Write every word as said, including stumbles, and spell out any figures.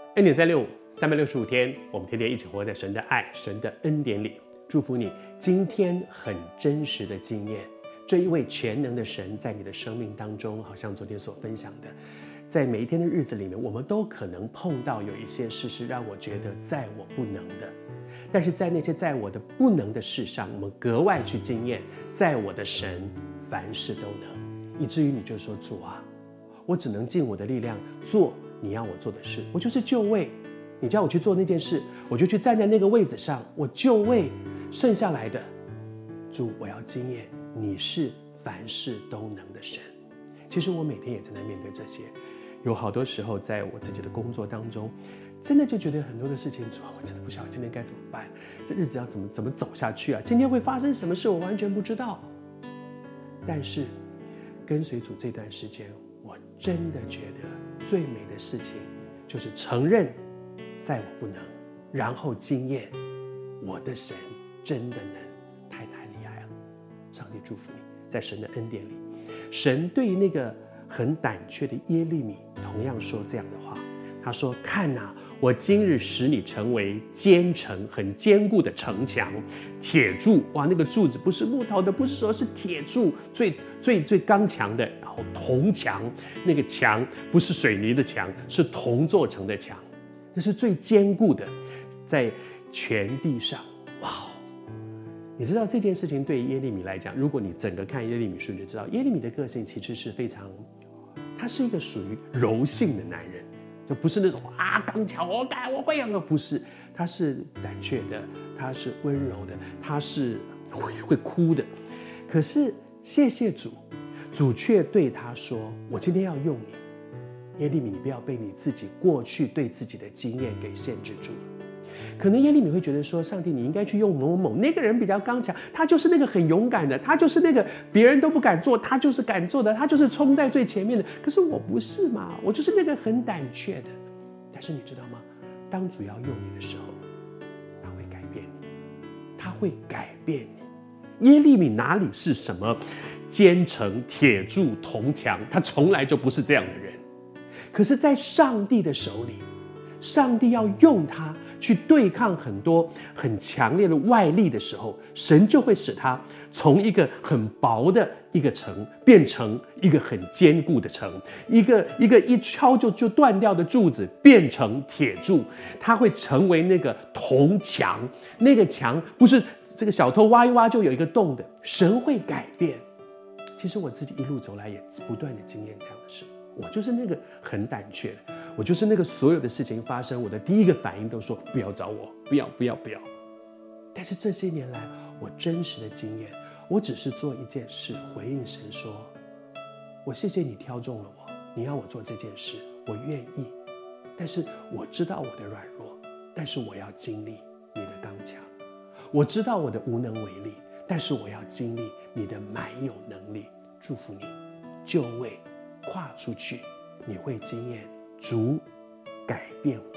恩典三六五，三百六十五天，我们天天一起活在神的爱、神的恩典里。祝福你今天很真实的经验，这一位全能的神在你的生命当中，好像昨天所分享的，在每一天的日子里面，我们都可能碰到有一些事是让我觉得在我不能的，但是在那些在我的不能的事上，我们格外去经验，在我的神凡事都能，以至于你就说，主啊，我只能尽我的力量做你要我做的事，我就是就位，你叫我去做那件事，我就去站在那个位子上，我就位，剩下来的，主，我要经验你是凡事都能的神。其实我每天也正在面对这些，有好多时候在我自己的工作当中，真的就觉得很多的事情，主，我真的不晓得今天该怎么办，这日子要怎么怎么走下去啊？今天会发生什么事，我完全不知道。但是跟随主这段时间，我真的觉得最美的事情就是承认在我不能，然后经验我的神真的能，太太厉害了。上帝祝福你，在神的恩典里，神对于那个很胆怯的耶利米同样说这样的话，他说，看啊，我今日使你成为坚城，很坚固的城墙，铁柱，哇，那个柱子不是木头的，不是说是铁柱，最最最刚强的，然后铜墙，那个墙不是水泥的墙，是铜做成的墙，那是最坚固的，在全地上，哇！你知道这件事情对耶利米来讲，如果你整个看耶利米书，你就知道耶利米的个性其实是非常，他是一个属于柔性的男人，就不是那种啊刚强我敢我会啊，不是，他是胆怯的，他是温柔的，他是会会哭的。可是谢谢主，主却对他说，我今天要用你，耶利米，你不要被你自己过去对自己的经验给限制住了。可能耶利米会觉得说，上帝你应该去用某某某，那个人比较刚强，他就是那个很勇敢的，他就是那个别人都不敢做，他就是敢做的，他就是冲在最前面的。可是我不是嘛，我就是那个很胆怯的。但是你知道吗，当主要用你的时候，他会改变你，他会改变你。耶利米哪里是什么坚城铁柱铜墙，他从来就不是这样的人。可是在上帝的手里，上帝要用他去对抗很多很强烈的外力的时候，神就会使他从一个很薄的一个城变成一个很坚固的城，一个一个一敲就就断掉的柱子变成铁柱，他会成为那个铜墙，那个墙不是这个小偷挖一挖就有一个洞的，神会改变。其实我自己一路走来也不断的经验这样的事，我就是那个很胆怯的，我就是那个所有的事情发生，我的第一个反应都说不要找我，不要不要不要。但是这些年来，我真实的经验，我只是做一件事，回应神说，我谢谢你挑中了我，你要我做这件事，我愿意。但是我知道我的软弱，但是我要经历你的刚强。我知道我的无能为力，但是我要经历你的满有能力。祝福你，就位跨出去，你会经验主改变我。